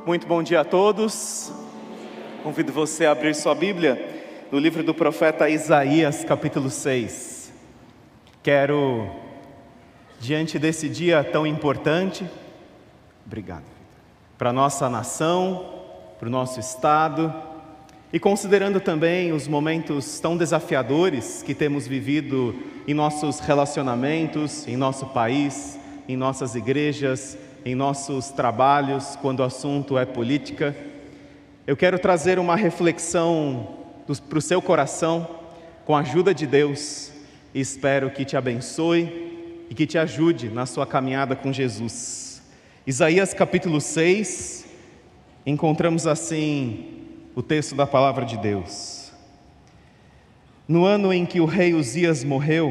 Muito bom dia a todos. Convido você a abrir sua Bíblia no livro do profeta Isaías, capítulo 6. Quero, diante desse dia tão importante, para a nossa nação, para o nosso estado, e considerando também os momentos tão desafiadores que temos vivido em nossos relacionamentos, em nosso país, em nossas igrejas, em nossos trabalhos, quando o assunto é política, eu quero trazer uma reflexão para o seu coração, com a ajuda de Deus, e espero que te abençoe e que te ajude na sua caminhada com Jesus. Isaías capítulo 6, encontramos assim o texto da palavra de Deus. No ano em que o rei Uzias morreu,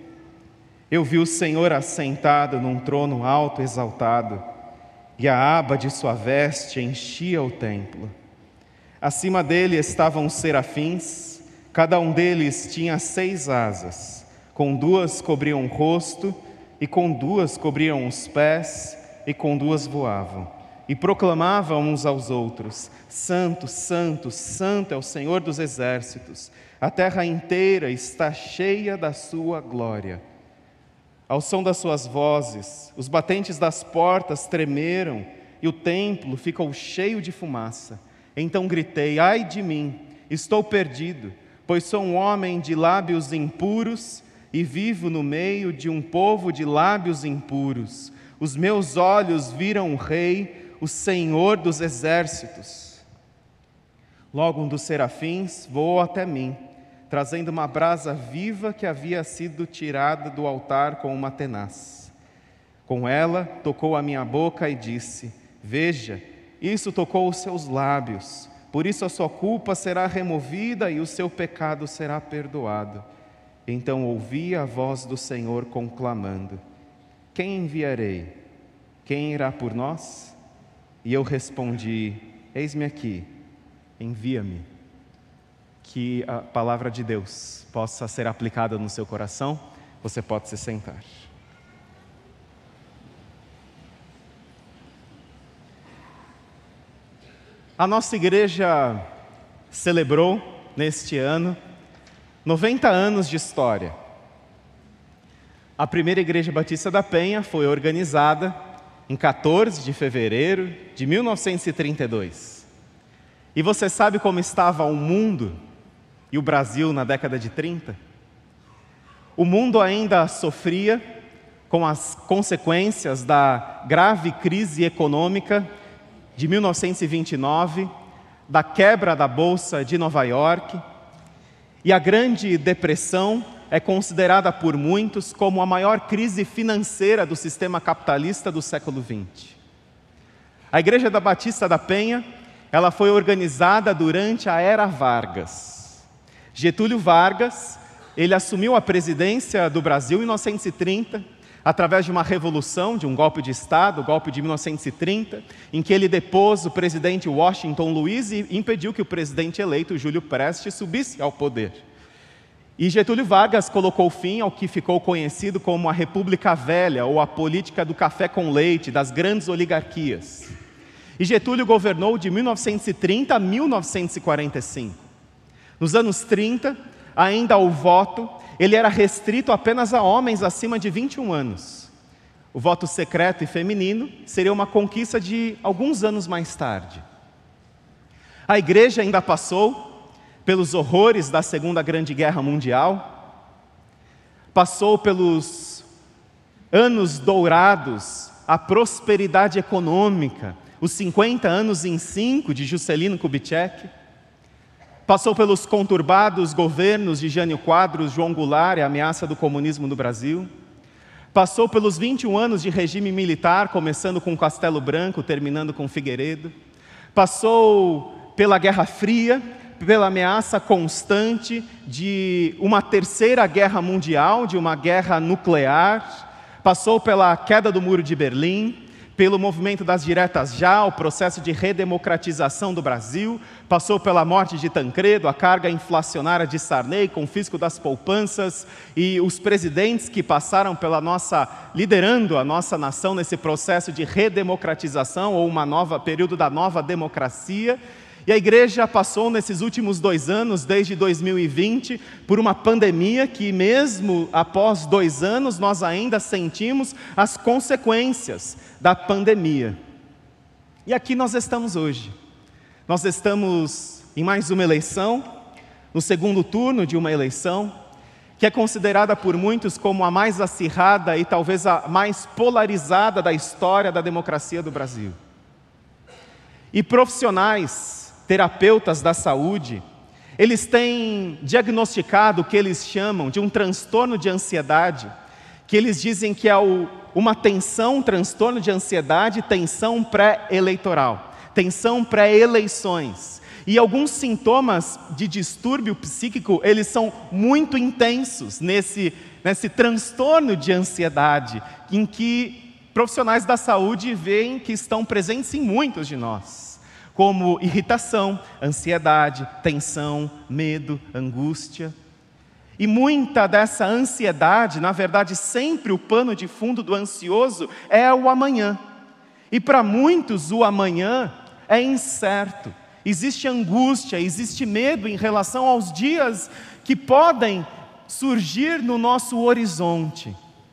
eu vi o Senhor assentado num trono alto e exaltado, e a aba de sua veste enchia o templo. Acima dele estavam os serafins, cada um deles tinha 6 asas, com 2 cobriam o rosto, e com 2 cobriam os pés, e com 2 voavam. E proclamavam uns aos outros: Santo, Santo, Santo é o Senhor dos exércitos, a terra inteira está cheia da sua glória. Ao som das suas vozes, os batentes das portas tremeram e o templo ficou cheio de fumaça. Então gritei: ai de mim, estou perdido, pois sou um homem de lábios impuros e vivo no meio de um povo de lábios impuros. Os meus olhos viram o Rei, o Senhor dos exércitos. Logo um dos serafins voou até mim, trazendo uma brasa viva que havia sido tirada do altar com uma tenaz. Com ela, tocou a minha boca e disse: veja, isso tocou os seus lábios, por isso a sua culpa será removida e o seu pecado será perdoado. Então ouvi a voz do Senhor conclamando: quem enviarei? Quem irá por nós? E eu respondi: eis-me aqui, envia-me. Que a palavra de Deus possa ser aplicada no seu coração. Você pode se sentar. A nossa igreja celebrou, neste ano, 90 anos de história. A primeira Igreja Batista da Penha foi organizada em 14 de fevereiro de 1932. E você sabe como estava o mundo e o Brasil na década de 30? O mundo ainda sofria com as consequências da grave crise econômica de 1929, da quebra da Bolsa de Nova York, e a Grande Depressão é considerada por muitos como a maior crise financeira do sistema capitalista do século XX. A Igreja da Batista da Penha, ela foi organizada durante a Era Vargas. Getúlio Vargas, ele assumiu a presidência do Brasil em 1930, através de uma revolução, de um golpe de Estado, o golpe de 1930, em que ele depôs o presidente Washington Luiz e impediu que o presidente eleito, Júlio Prestes, subisse ao poder. E Getúlio Vargas colocou fim ao que ficou conhecido como a República Velha, ou a política do café com leite, das grandes oligarquias. E Getúlio governou de 1930 a 1945. Nos anos 30, ainda o voto, ele era restrito apenas a homens acima de 21 anos. O voto secreto e feminino seria uma conquista de alguns anos mais tarde. A igreja ainda passou pelos horrores da Segunda Grande Guerra Mundial, passou pelos anos dourados, a prosperidade econômica, os 50 anos em 5 de Juscelino Kubitschek, passou pelos conturbados governos de Jânio Quadros, João Goulart e a ameaça do comunismo no Brasil, passou pelos 21 anos de regime militar, começando com Castelo Branco, terminando com Figueiredo, passou pela Guerra Fria, pela ameaça constante de uma terceira guerra mundial, de uma guerra nuclear, passou pela queda do Muro de Berlim, pelo movimento das diretas já, o processo de redemocratização do Brasil, passou pela morte de Tancredo, a carga inflacionária de Sarney, confisco das poupanças e os presidentes que passaram liderando a nossa nação nesse processo de redemocratização ou período da nova democracia. E a igreja passou nesses últimos 2 anos, desde 2020, por uma pandemia que mesmo após 2 anos nós ainda sentimos as consequências da pandemia. E aqui nós estamos hoje. Nós estamos em mais uma eleição, no segundo turno de uma eleição, que é considerada por muitos como a mais acirrada e talvez a mais polarizada da história da democracia do Brasil. E profissionais, terapeutas da saúde, eles têm diagnosticado o que eles chamam de um transtorno de ansiedade, que eles dizem que é uma tensão, um transtorno de ansiedade, tensão pré-eleitoral, tensão pré-eleições. E alguns sintomas de distúrbio psíquico, eles são muito intensos nesse transtorno de ansiedade, em que profissionais da saúde veem que estão presentes em muitos de nós, como irritação, ansiedade, tensão, medo, angústia. E muita dessa ansiedade, na verdade, sempre o pano de fundo do ansioso é o amanhã. E para muitos o amanhã é incerto. Existe angústia, existe medo em relação aos dias que podem surgir no nosso horizonte.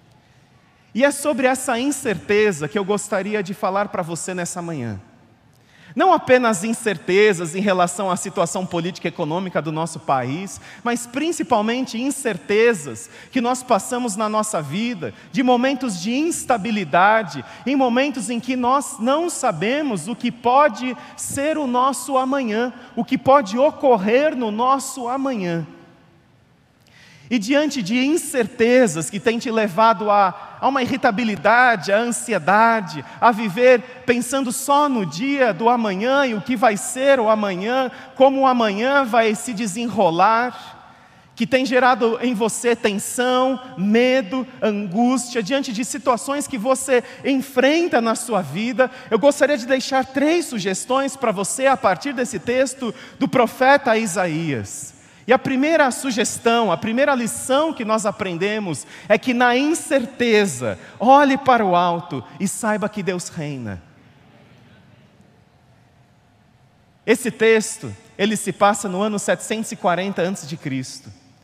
E é sobre essa incerteza que eu gostaria de falar para você nessa manhã. Não apenas incertezas em relação à situação política e econômica do nosso país, mas principalmente incertezas que nós passamos na nossa vida, de momentos de instabilidade, em momentos em que nós não sabemos o que pode ser o nosso amanhã, o que pode ocorrer no nosso amanhã. E diante de incertezas que têm te levado a uma irritabilidade, a ansiedade, a viver pensando só no dia do amanhã e o que vai ser o amanhã, como o amanhã vai se desenrolar, que tem gerado em você tensão, medo, angústia, diante de situações que você enfrenta na sua vida, eu gostaria de deixar 3 sugestões para você a partir desse texto do profeta Isaías. E a primeira sugestão, a primeira lição que nós aprendemos é que na incerteza, olhe para o alto e saiba que Deus reina. Esse texto, ele se passa no ano 740 a.C.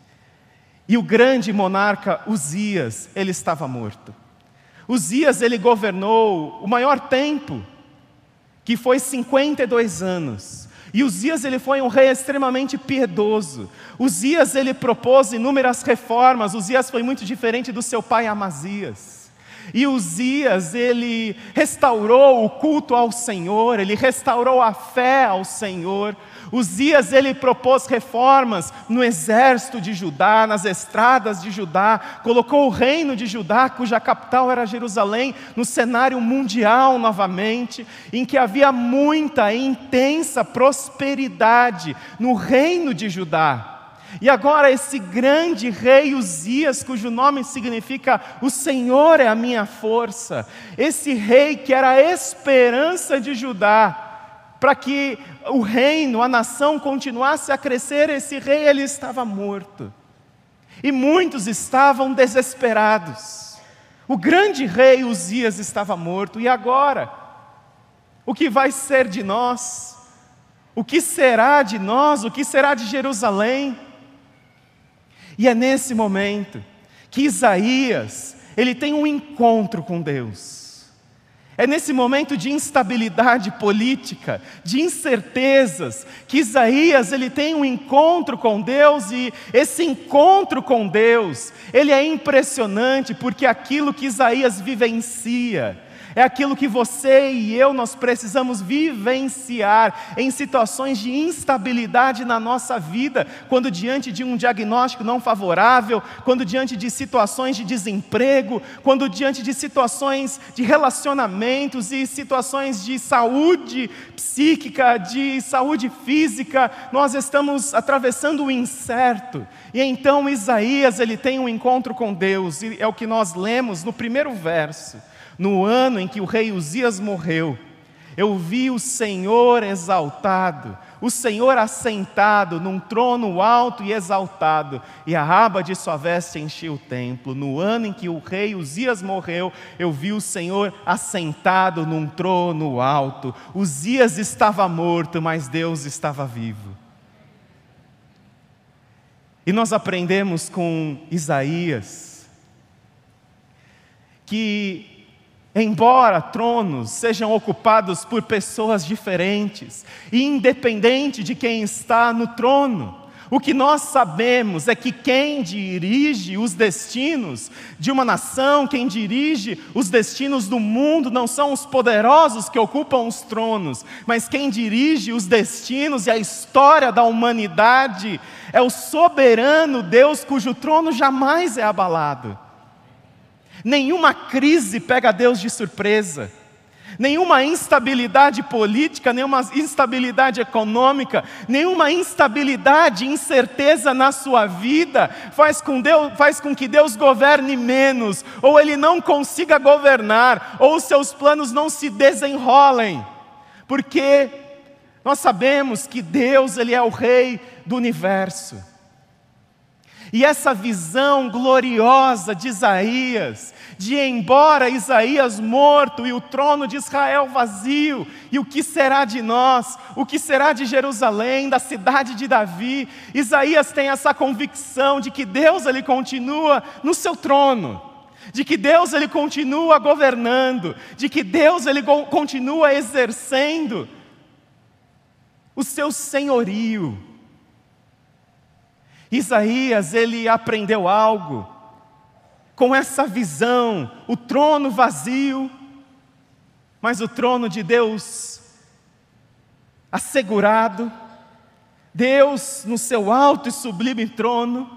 E o grande monarca Uzias, ele estava morto. Uzias, ele governou o maior tempo, que foi 52 anos. E Uzias, ele foi um rei extremamente piedoso. Uzias, ele propôs inúmeras reformas. Uzias foi muito diferente do seu pai Amazias. E Uzias, ele restaurou o culto ao Senhor, ele restaurou a fé ao Senhor. Uzias, ele propôs reformas no exército de Judá, nas estradas de Judá, colocou o reino de Judá, cuja capital era Jerusalém, no cenário mundial novamente, em que havia muita e intensa prosperidade no reino de Judá. E agora esse grande rei Uzias, cujo nome significa o Senhor é a minha força, esse rei que era a esperança de Judá, para que o reino, a nação continuasse a crescer, esse rei ele estava morto. E muitos estavam desesperados. O grande rei Uzias estava morto, e agora? O que vai ser de nós? O que será de nós? O que será de Jerusalém? E é nesse momento que Isaías, ele tem um encontro com Deus. É nesse momento de instabilidade política, de incertezas, que Isaías ele tem um encontro com Deus, e esse encontro com Deus, ele é impressionante, porque aquilo que Isaías vivencia, é aquilo que você e eu, nós precisamos vivenciar em situações de instabilidade na nossa vida, quando diante de um diagnóstico não favorável, quando diante de situações de desemprego, quando diante de situações de relacionamentos e situações de saúde psíquica, de saúde física, nós estamos atravessando o incerto. E então Isaías, ele tem um encontro com Deus, e é o que nós lemos no primeiro verso. no ano em que o rei Uzias morreu, eu vi o Senhor exaltado, o Senhor assentado num trono alto e exaltado, e a aba de sua veste enchia o templo. No ano em que o rei Uzias morreu, eu vi o Senhor assentado num trono alto. Uzias estava morto, mas Deus estava vivo. E nós aprendemos com Isaías que, embora tronos sejam ocupados por pessoas diferentes, e independente de quem está no trono, o que nós sabemos é que quem dirige os destinos de uma nação, quem dirige os destinos do mundo, não são os poderosos que ocupam os tronos, mas quem dirige os destinos e a história da humanidade é o soberano Deus, cujo trono jamais é abalado. Nenhuma crise pega Deus de surpresa, nenhuma instabilidade política, nenhuma instabilidade econômica, nenhuma instabilidade, incerteza na sua vida faz com que Deus governe menos, ou Ele não consiga governar, ou os seus planos não se desenrolem, porque nós sabemos que Deus, Ele é o Rei do universo. E essa visão gloriosa de Isaías, de embora Isaías morto e o trono de Israel vazio, e o que será de nós, o que será de Jerusalém, da cidade de Davi, Isaías tem essa convicção de que Deus ele continua no seu trono, de que Deus ele continua governando, de que Deus ele continua exercendo o seu senhorio. Isaías, ele aprendeu algo com essa visão, o trono vazio, mas o trono de Deus assegurado, Deus no seu alto e sublime trono.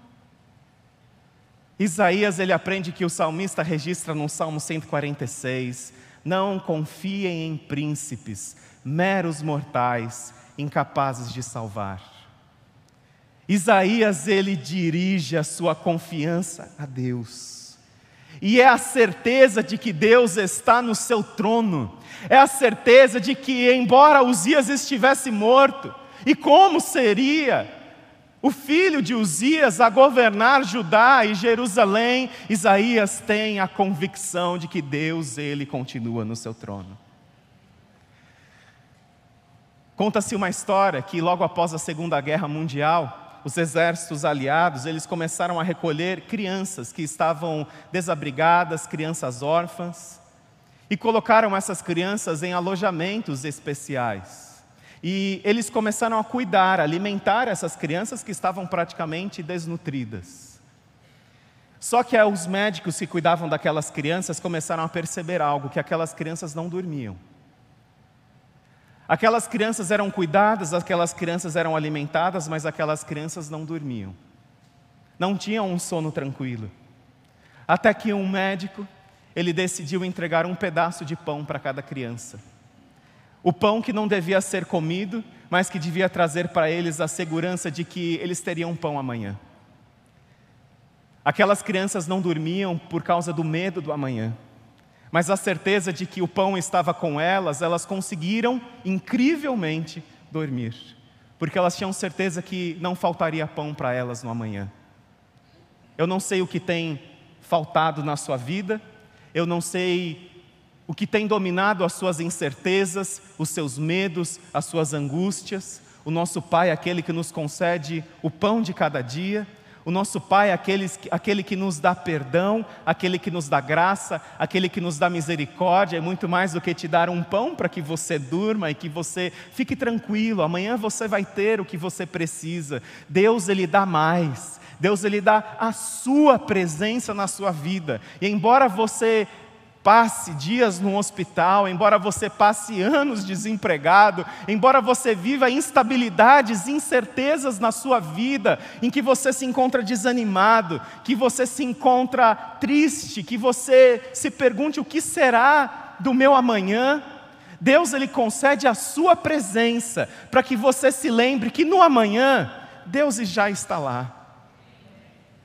Isaías, ele aprende que o salmista registra no Salmo 146, não confiem em príncipes, meros mortais, incapazes de salvar. Isaías, ele dirige a sua confiança a Deus, e é a certeza de que Deus está no seu trono, é a certeza de que, embora Uzias estivesse morto, e como seria o filho de Uzias a governar Judá e Jerusalém, Isaías tem a convicção de que Deus, ele continua no seu trono. Conta-se uma história que logo após a Segunda Guerra Mundial, os exércitos aliados, eles começaram a recolher crianças que estavam desabrigadas, crianças órfãs, e colocaram essas crianças em alojamentos especiais. E eles começaram a cuidar, a alimentar essas crianças que estavam praticamente desnutridas. Só que os médicos que cuidavam daquelas crianças começaram a perceber algo, que aquelas crianças não dormiam. Aquelas crianças eram cuidadas, aquelas crianças eram alimentadas, mas aquelas crianças não dormiam. Não tinham um sono tranquilo. Até que um médico, ele decidiu entregar um pedaço de pão para cada criança. O pão que não devia ser comido, mas que devia trazer para eles a segurança de que eles teriam pão amanhã. Aquelas crianças não dormiam por causa do medo do amanhã, mas a certeza de que o pão estava com elas, elas conseguiram, incrivelmente, dormir. Porque elas tinham certeza que não faltaria pão para elas no amanhã. Eu não sei o que tem faltado na sua vida, eu não sei o que tem dominado as suas incertezas, os seus medos, as suas angústias. O nosso Pai é aquele que nos concede o pão de cada dia. O nosso Pai é aquele que nos dá perdão, aquele que nos dá graça, aquele que nos dá misericórdia, é muito mais do que te dar um pão para que você durma e que você fique tranquilo, amanhã você vai ter o que você precisa. Deus, Ele dá mais, Deus, Ele dá a sua presença na sua vida, e embora você passe dias no hospital, embora você passe anos desempregado, embora você viva instabilidades, incertezas na sua vida, em que você se encontra desanimado, que você se encontra triste, que você se pergunte o que será do meu amanhã, Deus, Ele concede a sua presença, para que você se lembre que no amanhã, Deus já está lá.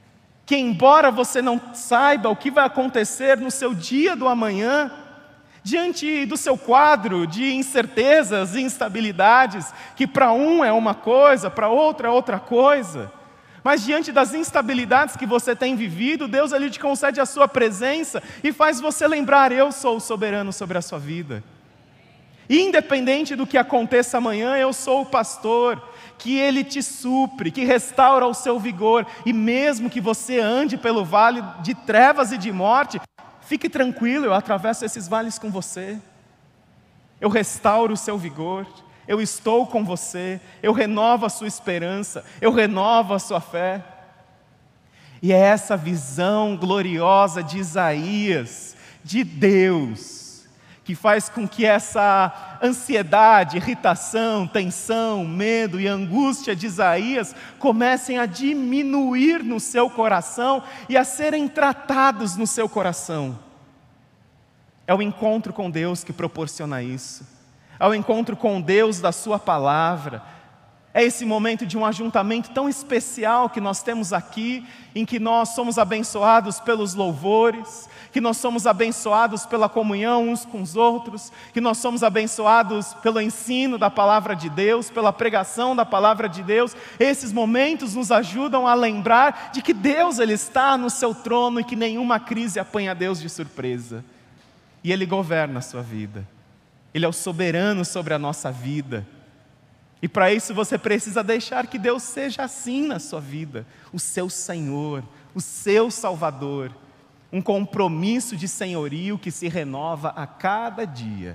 que embora você não saiba o que vai acontecer no seu dia do amanhã, diante do seu quadro de incertezas e instabilidades, que para um é uma coisa, para outro é outra coisa, mas diante das instabilidades que você tem vivido, Deus ele te concede a sua presença e faz você lembrar: eu sou o soberano sobre a sua vida. E independente do que aconteça amanhã, eu sou o pastor, que Ele te supre, que restaura o seu vigor. E mesmo que você ande pelo vale de trevas e de morte, fique tranquilo, eu atravesso esses vales com você. Eu restauro o seu vigor, eu estou com você, eu renovo a sua esperança, eu renovo a sua fé. E é essa visão gloriosa de Isaías, de Deus, que faz com que essa ansiedade, irritação, tensão, medo e angústia de Isaías comecem a diminuir no seu coração e a serem tratados no seu coração. É o encontro com Deus que proporciona isso. É o encontro com Deus da sua palavra. É esse momento de um ajuntamento tão especial que nós temos aqui, em que nós somos abençoados pelos louvores, que nós somos abençoados pela comunhão uns com os outros, que nós somos abençoados pelo ensino da palavra de Deus, pela pregação da palavra de Deus. Esses momentos nos ajudam a lembrar de que Deus ele está no seu trono e que nenhuma crise apanha Deus de surpresa. E Ele governa a sua vida. Ele é o soberano sobre a nossa vida. E para isso você precisa deixar que Deus seja assim na sua vida, o seu Senhor, o seu Salvador, um compromisso de senhorio que se renova a cada dia,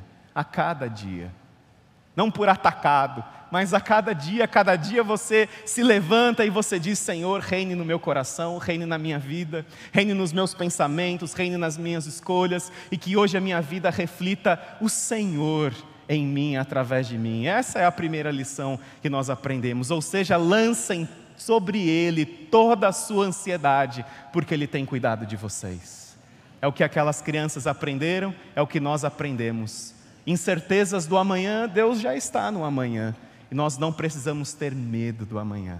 não por atacado, mas a cada dia você se levanta e você diz: Senhor, reine no meu coração, reine na minha vida, reine nos meus pensamentos, reine nas minhas escolhas, e que hoje a minha vida reflita o Senhor em mim, através de mim. Essa é a primeira lição que nós aprendemos, ou seja, lancem sobre Ele toda a sua ansiedade, porque Ele tem cuidado de vocês. É o que aquelas crianças aprenderam, é o que nós aprendemos. Incertezas do amanhã, Deus já está no amanhã, e nós não precisamos ter medo do amanhã.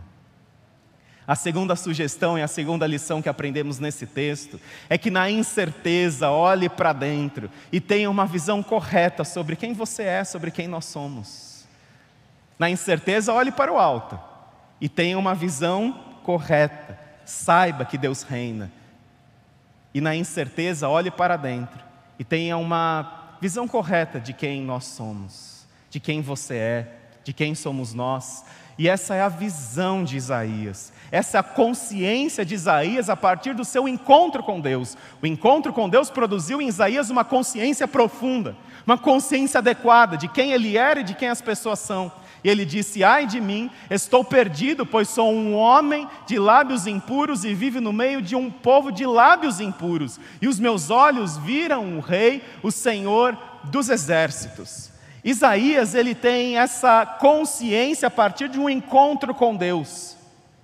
A segunda sugestão e a segunda lição que aprendemos nesse texto é que na incerteza olhe para dentro e tenha uma visão correta sobre quem você é, sobre quem nós somos. Na incerteza olhe para o alto e tenha uma visão correta, saiba que Deus reina. E na incerteza olhe para dentro e tenha uma visão correta de quem nós somos, de quem você é, de quem somos nós. E essa é a visão de Isaías, essa é a consciência de Isaías a partir do seu encontro com Deus. O encontro com Deus produziu em Isaías uma consciência profunda, uma consciência adequada de quem ele era e de quem as pessoas são. E ele disse: ai de mim, estou perdido, pois sou um homem de lábios impuros e vivo no meio de um povo de lábios impuros. E os meus olhos viram o Rei, o Senhor dos exércitos. Isaías, ele tem essa consciência a partir de um encontro com Deus.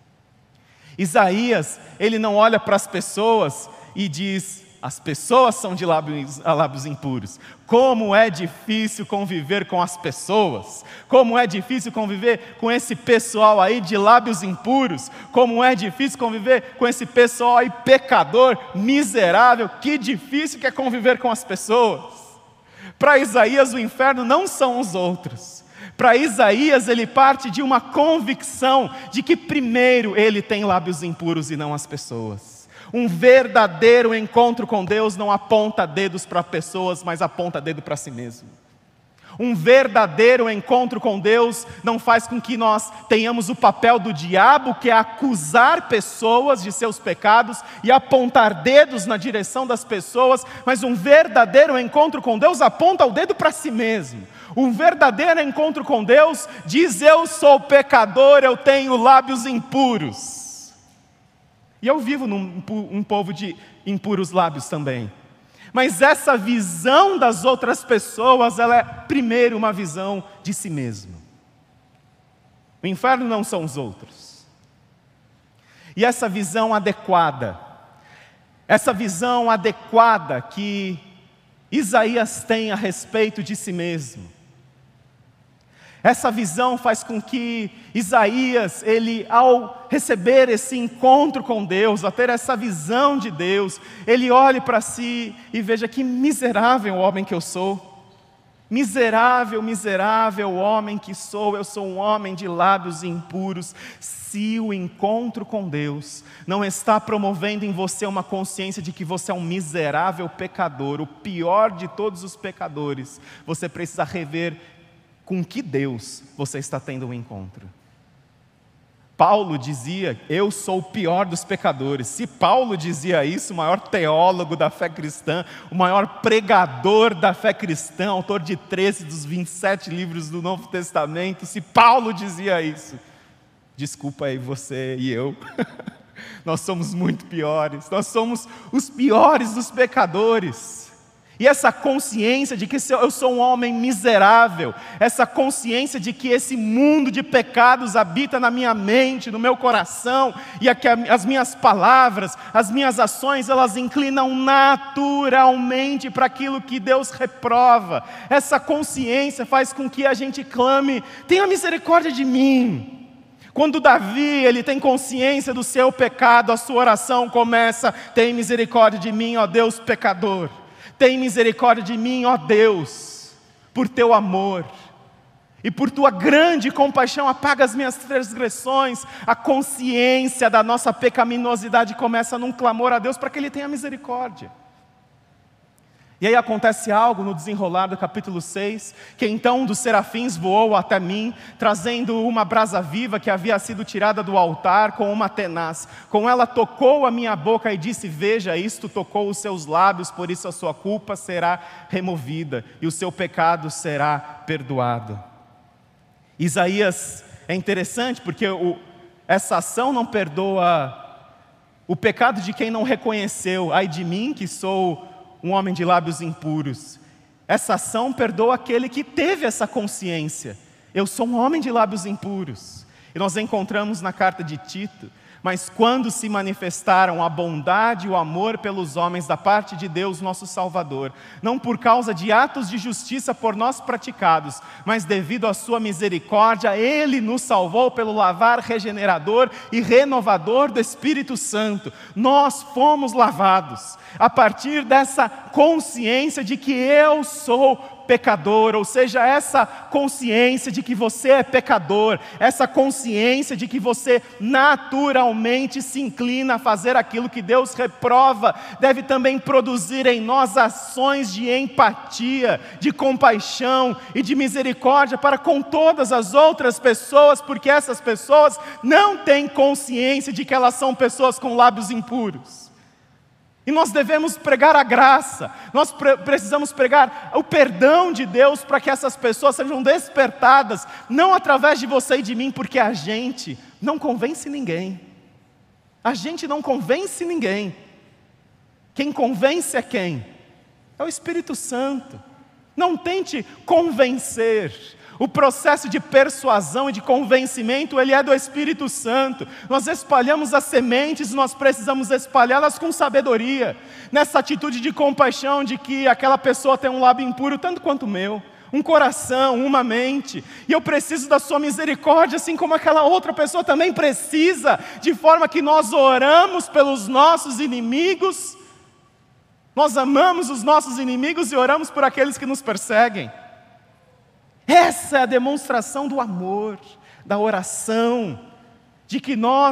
Isaías, ele não olha para as pessoas e diz: as pessoas são de lábios impuros. Como é difícil conviver com as pessoas. Como é difícil conviver com esse pessoal aí de lábios impuros. Como é difícil conviver com esse pessoal aí pecador, miserável. Que difícil que é conviver com as pessoas. Para Isaías, o inferno não são os outros. Para Isaías, ele parte de uma convicção de que primeiro ele tem lábios impuros e não as pessoas. Um verdadeiro encontro com Deus não aponta dedos para pessoas, mas aponta dedo para si mesmo. Um verdadeiro encontro com Deus não faz com que nós tenhamos o papel do diabo, que é acusar pessoas de seus pecados e apontar dedos na direção das pessoas, mas um verdadeiro encontro com Deus aponta o dedo para si mesmo. Um verdadeiro encontro com Deus diz: eu sou pecador, eu tenho lábios impuros. E eu vivo num povo de impuros lábios também. Mas essa visão das outras pessoas, ela é primeiro uma visão de si mesmo. O inferno não são os outros. E essa visão adequada que Isaías tem a respeito de si mesmo, Essa visão faz com que Isaías, ele ao receber esse encontro com Deus, a ter essa visão de Deus, ele olhe para si e veja que miserável homem que eu sou. Miserável, miserável homem que sou, eu sou um homem de lábios impuros. Se o encontro com Deus não está promovendo em você uma consciência de que você é um miserável pecador, o pior de todos os pecadores, você precisa rever com que Deus você está tendo um encontro. Paulo dizia, eu sou o pior dos pecadores. Se Paulo dizia isso, o maior teólogo da fé cristã, o maior pregador da fé cristã, autor de 13 dos 27 livros do Novo Testamento, se Paulo dizia isso, desculpa aí você e eu, nós somos muito piores, nós somos os piores dos pecadores. E essa consciência de que eu sou um homem miserável, essa consciência de que esse mundo de pecados habita na minha mente, no meu coração, e que as minhas palavras, as minhas ações, elas inclinam naturalmente para aquilo que Deus reprova. Essa consciência faz com que a gente clame, tenha misericórdia de mim. Quando Davi, ele tem consciência do seu pecado, a sua oração começa, tem misericórdia de mim, ó Deus pecador. Tem misericórdia de mim, ó Deus, por teu amor, e por tua grande compaixão, apaga as minhas transgressões. A consciência da nossa pecaminosidade começa num clamor a Deus para que Ele tenha misericórdia. E aí acontece algo no desenrolar do capítulo 6, que então um dos serafins voou até mim, trazendo uma brasa viva que havia sido tirada do altar com uma tenaz. Com ela tocou a minha boca e disse, veja, isto tocou os seus lábios, por isso a sua culpa será removida e o seu pecado será perdoado. Isaías é interessante porque essa ação não perdoa o pecado de quem não reconheceu, ai de mim que sou um homem de lábios impuros. Essa ação perdoa aquele que teve essa consciência. Eu sou um homem de lábios impuros. E nós encontramos na carta de Tito, mas quando se manifestaram a bondade e o amor pelos homens da parte de Deus, nosso Salvador, não por causa de atos de justiça por nós praticados, mas devido à sua misericórdia, Ele nos salvou pelo lavar regenerador e renovador do Espírito Santo. Nós fomos lavados a partir dessa consciência de que eu sou pecador, ou seja, essa consciência de que você é pecador, essa consciência de que você naturalmente se inclina a fazer aquilo que Deus reprova, deve também produzir em nós ações de empatia, de compaixão e de misericórdia para com todas as outras pessoas, porque essas pessoas não têm consciência de que elas são pessoas com lábios impuros. E nós devemos pregar a graça, nós precisamos pregar o perdão de Deus para que essas pessoas sejam despertadas, não através de você e de mim, porque a gente não convence ninguém. A gente não convence ninguém. Quem convence é quem? É o Espírito Santo. Não tente convencer. O processo de persuasão e de convencimento, ele é do Espírito Santo. Nós espalhamos as sementes, nós precisamos espalhá-las com sabedoria. Nessa atitude de compaixão, de que aquela pessoa tem um lábio impuro, tanto quanto o meu. Um coração, uma mente. E eu preciso da sua misericórdia, assim como aquela outra pessoa também precisa. De forma que nós oramos pelos nossos inimigos. Nós amamos os nossos inimigos e oramos por aqueles que nos perseguem. Essa é a demonstração do amor, da oração, de que nós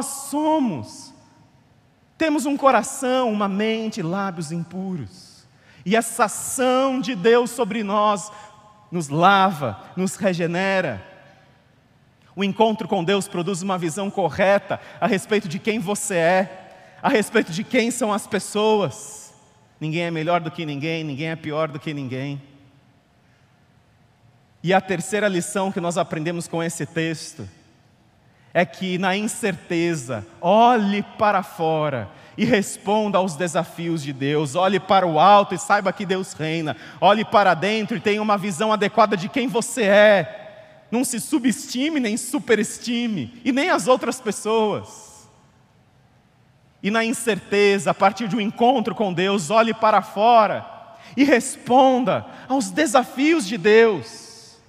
temos um coração, uma mente, lábios impuros. E essa ação de Deus sobre nós nos lava, nos regenera. O encontro com Deus produz uma visão correta a respeito de quem você é, a respeito de quem são as pessoas. Ninguém é melhor do que ninguém, ninguém é pior do que ninguém. E a terceira lição que nós aprendemos com esse texto é que na incerteza, olhe para fora e responda aos desafios de Deus. Olhe para o alto e saiba que Deus reina. Olhe para dentro e tenha uma visão adequada de quem você é. Não se subestime nem superestime, e nem as outras pessoas. E na incerteza, a partir de um encontro com Deus, olhe para fora e responda aos desafios de Deus.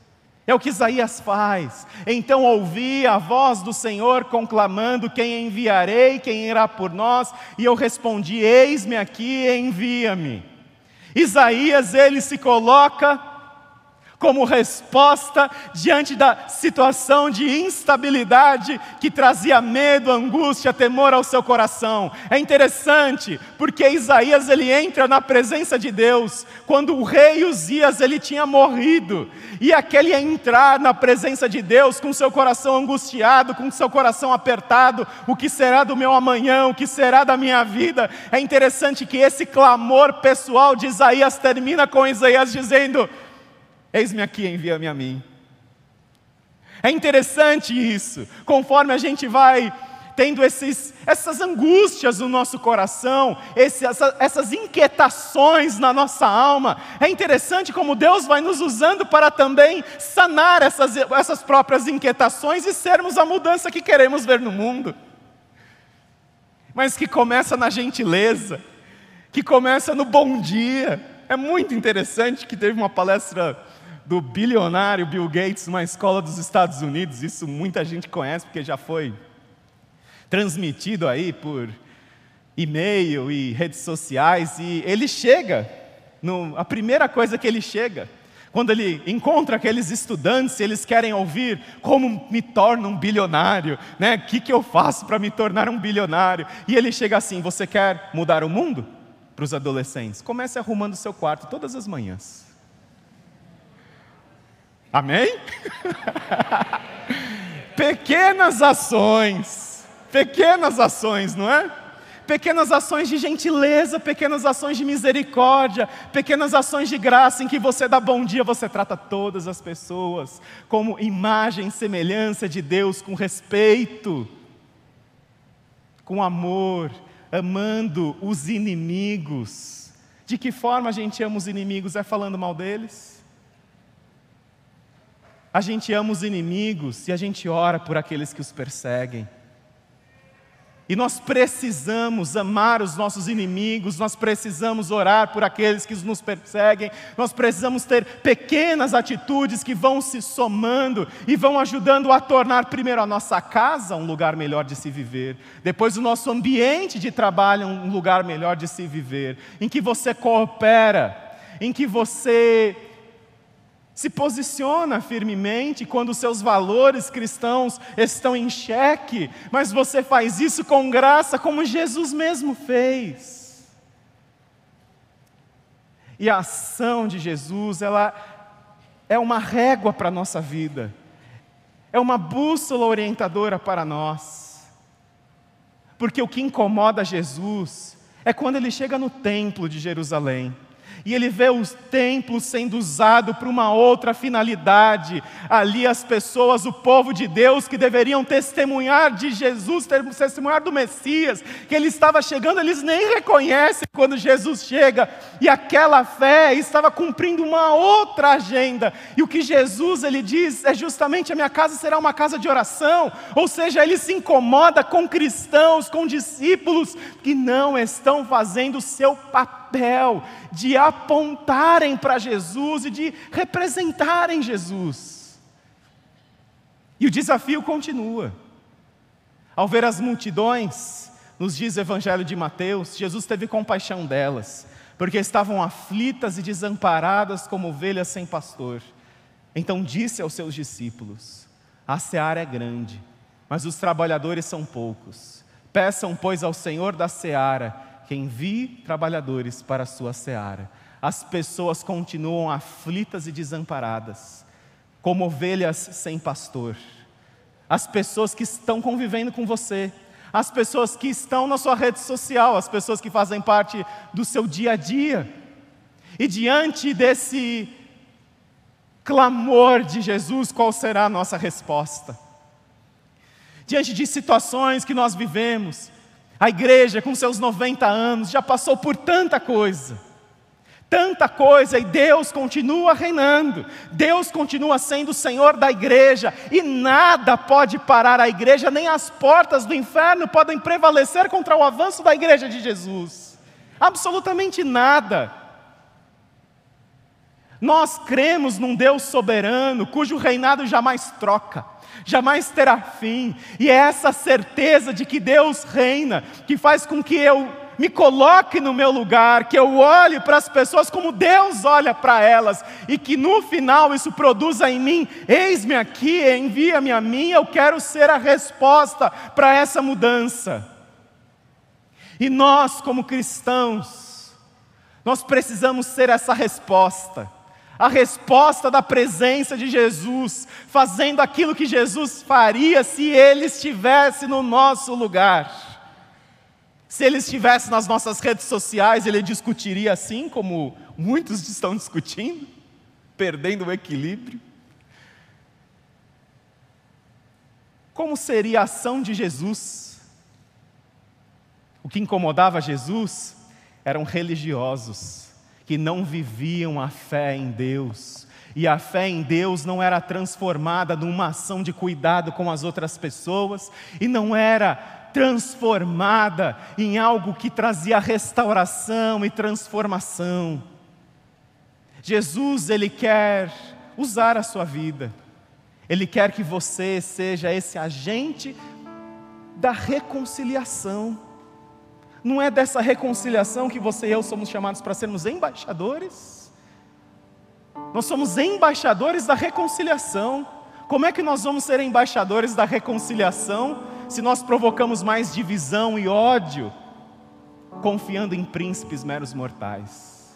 É o que Isaías faz. Então ouvi a voz do Senhor conclamando: quem enviarei, quem irá por nós? E eu respondi: eis-me aqui, envia-me. Isaías, ele se coloca como resposta diante da situação de instabilidade que trazia medo, angústia, temor ao seu coração. É interessante, porque Isaías ele entra na presença de Deus quando o rei Uzias ele tinha morrido, e aquele entrar na presença de Deus com seu coração angustiado, com seu coração apertado: o que será do meu amanhã, o que será da minha vida? É interessante que esse clamor pessoal de Isaías termina com Isaías dizendo: eis-me aqui, envia-me a mim. É interessante isso, conforme a gente vai tendo essas angústias no nosso coração, essas inquietações na nossa alma. É interessante como Deus vai nos usando para também sanar essas próprias inquietações e sermos a mudança que queremos ver no mundo. Mas que começa na gentileza, que começa no bom dia. É muito interessante que teve uma palestra do bilionário Bill Gates numa escola dos Estados Unidos. Isso muita gente conhece porque já foi transmitido aí por e-mail e redes sociais. E ele chega, a primeira coisa que ele chega, quando ele encontra aqueles estudantes, eles querem ouvir: como me torno um bilionário, né? O que eu faço para me tornar um bilionário? E ele chega assim: você quer mudar o mundo? Para os adolescentes: comece arrumando o seu quarto todas as manhãs. Amém? Pequenas ações, não é? Pequenas ações de gentileza, pequenas ações de misericórdia, pequenas ações de graça, em que você dá bom dia, você trata todas as pessoas como imagem e semelhança de Deus, com respeito, com amor, amando os inimigos. De que forma a gente ama os inimigos? É falando mal deles? A gente ama os inimigos e a gente ora por aqueles que os perseguem. E nós precisamos amar os nossos inimigos, nós precisamos orar por aqueles que nos perseguem, nós precisamos ter pequenas atitudes que vão se somando e vão ajudando a tornar primeiro a nossa casa um lugar melhor de se viver, depois o nosso ambiente de trabalho um lugar melhor de se viver, em que você coopera, em que você se posiciona firmemente quando os seus valores cristãos estão em xeque, mas você faz isso com graça, como Jesus mesmo fez. E a ação de Jesus, ela é uma régua para a nossa vida, é uma bússola orientadora para nós, porque o que incomoda Jesus é quando ele chega no templo de Jerusalém, e ele vê o templo sendo usado para uma outra finalidade. Ali as pessoas, o povo de Deus, que deveriam testemunhar de Jesus, testemunhar do Messias, que ele estava chegando, eles nem reconhecem quando Jesus chega. E aquela fé estava cumprindo uma outra agenda. E o que Jesus ele diz é justamente: a minha casa será uma casa de oração. Ou seja, ele se incomoda com cristãos, com discípulos que não estão fazendo o seu papel de apontarem para Jesus e de representarem Jesus. E o desafio continua. Ao ver as multidões, nos diz o Evangelho de Mateus, Jesus teve compaixão delas, porque estavam aflitas e desamparadas como ovelhas sem pastor. Então disse aos seus discípulos: a seara é grande, mas os trabalhadores são poucos. Peçam, pois, ao Senhor da seara que envie trabalhadores para a sua seara. As pessoas continuam aflitas e desamparadas, como ovelhas sem pastor. As pessoas que estão convivendo com você, as pessoas que estão na sua rede social, as pessoas que fazem parte do seu dia a dia. E diante desse clamor de Jesus, qual será a nossa resposta? Diante de situações que nós vivemos, a igreja com seus 90 anos já passou por tanta coisa, e Deus continua reinando, Deus continua sendo o Senhor da igreja, e nada pode parar a igreja, nem as portas do inferno podem prevalecer contra o avanço da igreja de Jesus, absolutamente nada. Nós cremos num Deus soberano, cujo reinado jamais troca, jamais terá fim. E é essa certeza de que Deus reina, que faz com que eu me coloque no meu lugar, que eu olhe para as pessoas como Deus olha para elas, e que no final isso produza em mim: eis-me aqui, envia-me a mim, eu quero ser a resposta para essa mudança. E nós, como cristãos, nós precisamos ser essa resposta. A resposta da presença de Jesus, fazendo aquilo que Jesus faria se Ele estivesse no nosso lugar. Se Ele estivesse nas nossas redes sociais, Ele discutiria assim como muitos estão discutindo, perdendo o equilíbrio. Como seria a ação de Jesus? O que incomodava Jesus eram religiosos, que não viviam a fé em Deus, e a fé em Deus não era transformada numa ação de cuidado com as outras pessoas, e não era transformada em algo que trazia restauração e transformação. Jesus, Ele quer usar a sua vida, Ele quer que você seja esse agente da reconciliação. Não é dessa reconciliação que você e eu somos chamados para sermos embaixadores? Nós somos embaixadores da reconciliação. Como é que nós vamos ser embaixadores da reconciliação se nós provocamos mais divisão e ódio, confiando em príncipes meros mortais?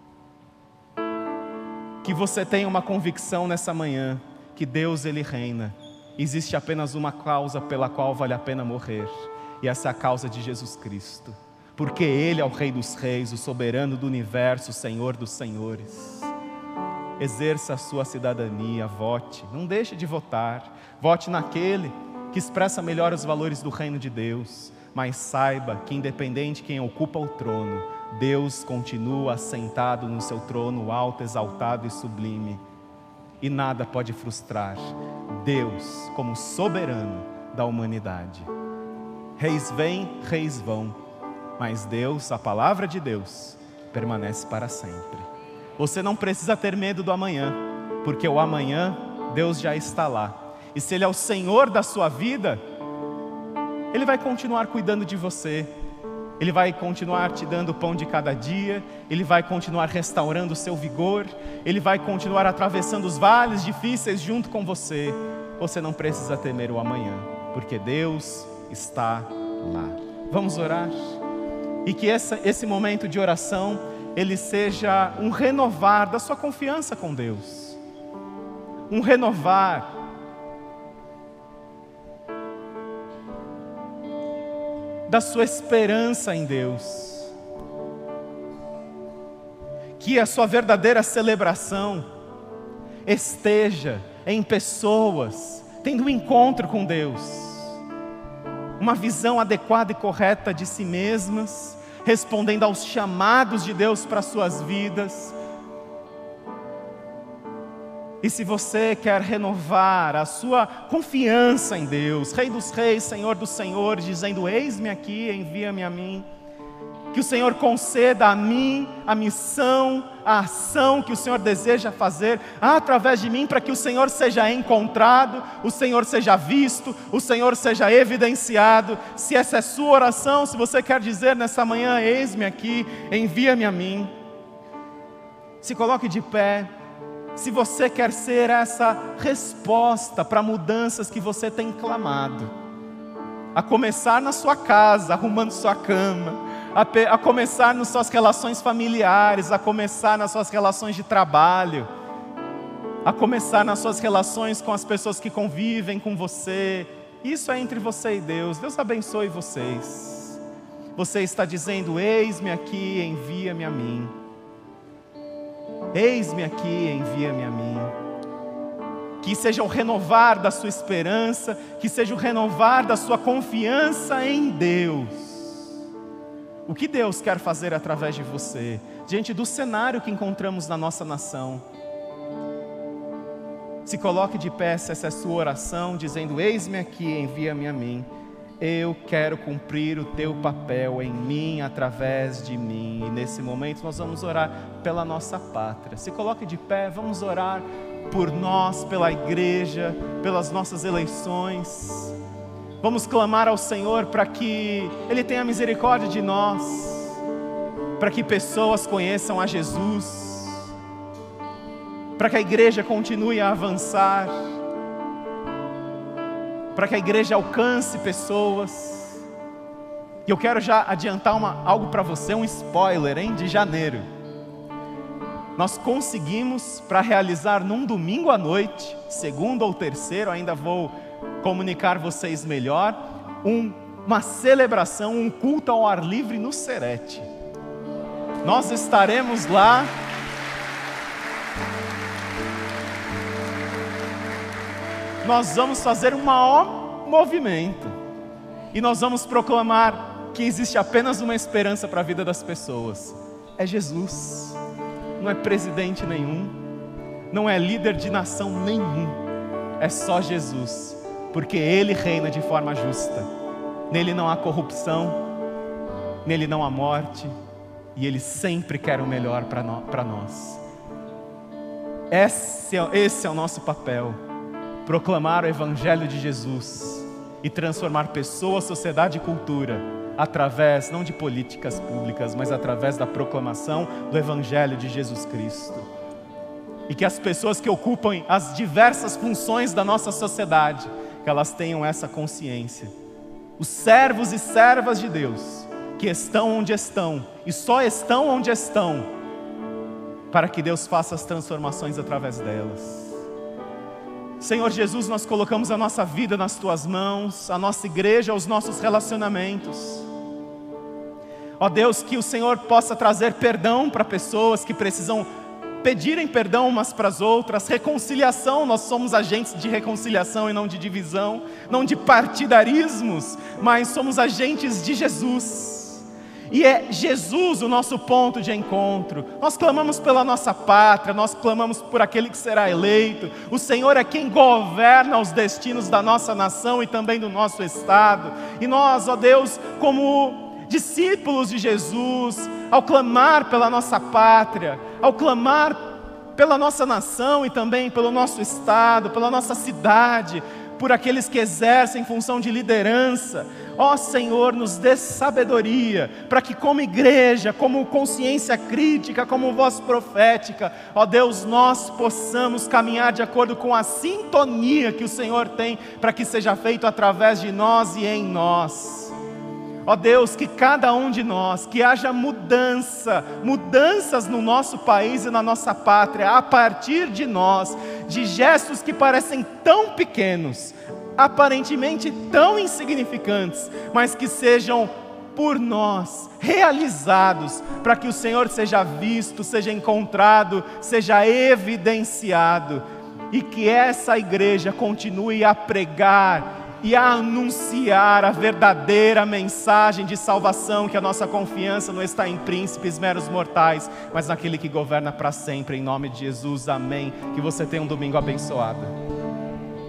Que você tenha uma convicção nessa manhã, que Deus, Ele reina. Existe apenas uma causa pela qual vale a pena morrer, e essa é a causa de Jesus Cristo, porque Ele é o Rei dos Reis, o soberano do universo, o Senhor dos Senhores. Exerça a sua cidadania, vote, não deixe de votar, vote naquele que expressa melhor os valores do reino de Deus, mas saiba que independente de quem ocupa o trono, Deus continua assentado no seu trono alto, exaltado e sublime, e nada pode frustrar Deus como soberano da humanidade. Reis vêm, reis vão, mas Deus, a palavra de Deus, permanece para sempre. Você não precisa ter medo do amanhã, porque o amanhã, Deus já está lá. E se Ele é o Senhor da sua vida, Ele vai continuar cuidando de você, Ele vai continuar te dando o pão de cada dia, Ele vai continuar restaurando o seu vigor, Ele vai continuar atravessando os vales difíceis junto com você. Você não precisa temer o amanhã, porque Deus está lá. Vamos orar? E que esse momento de oração, ele seja um renovar da sua confiança com Deus, um renovar da sua esperança em Deus, que a sua verdadeira celebração esteja em pessoas tendo um encontro com Deus, uma visão adequada e correta de si mesmas, respondendo aos chamados de Deus para as suas vidas. E se você quer renovar a sua confiança em Deus, Rei dos Reis, Senhor dos Senhores, dizendo: eis-me aqui, envia-me a mim, que o Senhor conceda a mim a missão, a ação que o Senhor deseja fazer através de mim, para que o Senhor seja encontrado, o Senhor seja visto, o Senhor seja evidenciado. Se essa é a sua oração, se você quer dizer nessa manhã: eis-me aqui, envia-me a mim, se coloque de pé. Se você quer ser essa resposta para mudanças que você tem clamado, a começar na sua casa, arrumando sua cama, a começar nas suas relações familiares, a começar nas suas relações de trabalho, a começar nas suas relações com as pessoas que convivem com você. Isso é entre você e Deus. Deus abençoe vocês. Você está dizendo: eis-me aqui, envia-me a mim. Eis-me aqui, envia-me a mim. Que seja o renovar da sua esperança, que seja o renovar da sua confiança em Deus. O que Deus quer fazer através de você, diante do cenário que encontramos na nossa nação? Se coloque de pé, se essa é a sua oração, dizendo: eis-me aqui, envia-me a mim. eu quero cumprir o teu papel em mim, através de mim. E nesse momento nós vamos orar pela nossa pátria. Se coloque de pé, vamos orar por nós, pela igreja, pelas nossas eleições. Vamos clamar ao Senhor para que Ele tenha misericórdia de nós, para que pessoas conheçam a Jesus, para que a igreja continue a avançar, para que a igreja alcance pessoas. E eu quero já adiantar algo para você, um spoiler, de janeiro. Nós conseguimos, para realizar num domingo à noite, segundo ou terceiro, ainda vou comunicar vocês melhor, uma celebração, um culto ao ar livre no Serete. Nós estaremos lá. Nós vamos fazer um maior movimento e nós vamos proclamar que existe apenas uma esperança para a vida das pessoas: é Jesus. Não é presidente nenhum, não é líder de nação nenhum, é só Jesus, porque Ele reina de forma justa. Nele não há corrupção, nele não há morte, e Ele sempre quer o melhor para nós. Esse é o nosso papel: proclamar o Evangelho de Jesus e transformar pessoa, sociedade e cultura através, não de políticas públicas, mas através da proclamação do Evangelho de Jesus Cristo. E que as pessoas que ocupam as diversas funções da nossa sociedade, que elas tenham essa consciência. Os servos e servas de Deus, que estão onde estão, e só estão onde estão, para que Deus faça as transformações através delas. Senhor Jesus, nós colocamos a nossa vida nas Tuas mãos, a nossa igreja, os nossos relacionamentos. Ó Deus, que o Senhor possa trazer perdão para pessoas que precisam pedirem perdão umas para as outras, reconciliação. Nós somos agentes de reconciliação e não de divisão, não de partidarismos, mas somos agentes de Jesus. E é Jesus o nosso ponto de encontro. Nós clamamos pela nossa pátria, nós clamamos por aquele que será eleito. O Senhor é quem governa os destinos da nossa nação e também do nosso estado. E nós, ó Deus, como discípulos de Jesus, ao clamar pela nossa pátria, ao clamar pela nossa nação e também pelo nosso estado, pela nossa cidade, por aqueles que exercem função de liderança, ó Senhor, nos dê sabedoria, para que como igreja, como consciência crítica, como voz profética, ó Deus, nós possamos caminhar de acordo com a sintonia que o Senhor tem, para que seja feito através de nós e em nós. Ó Deus, que cada um de nós, que haja mudanças no nosso país e na nossa pátria, a partir de nós, de gestos que parecem tão pequenos, aparentemente tão insignificantes, mas que sejam por nós realizados, para que o Senhor seja visto, seja encontrado, seja evidenciado, e que essa igreja continue a pregar e a anunciar a verdadeira mensagem de salvação, que a nossa confiança não está em príncipes meros mortais, mas naquele que governa para sempre. Em nome de Jesus, amém. Que você tenha um domingo abençoado.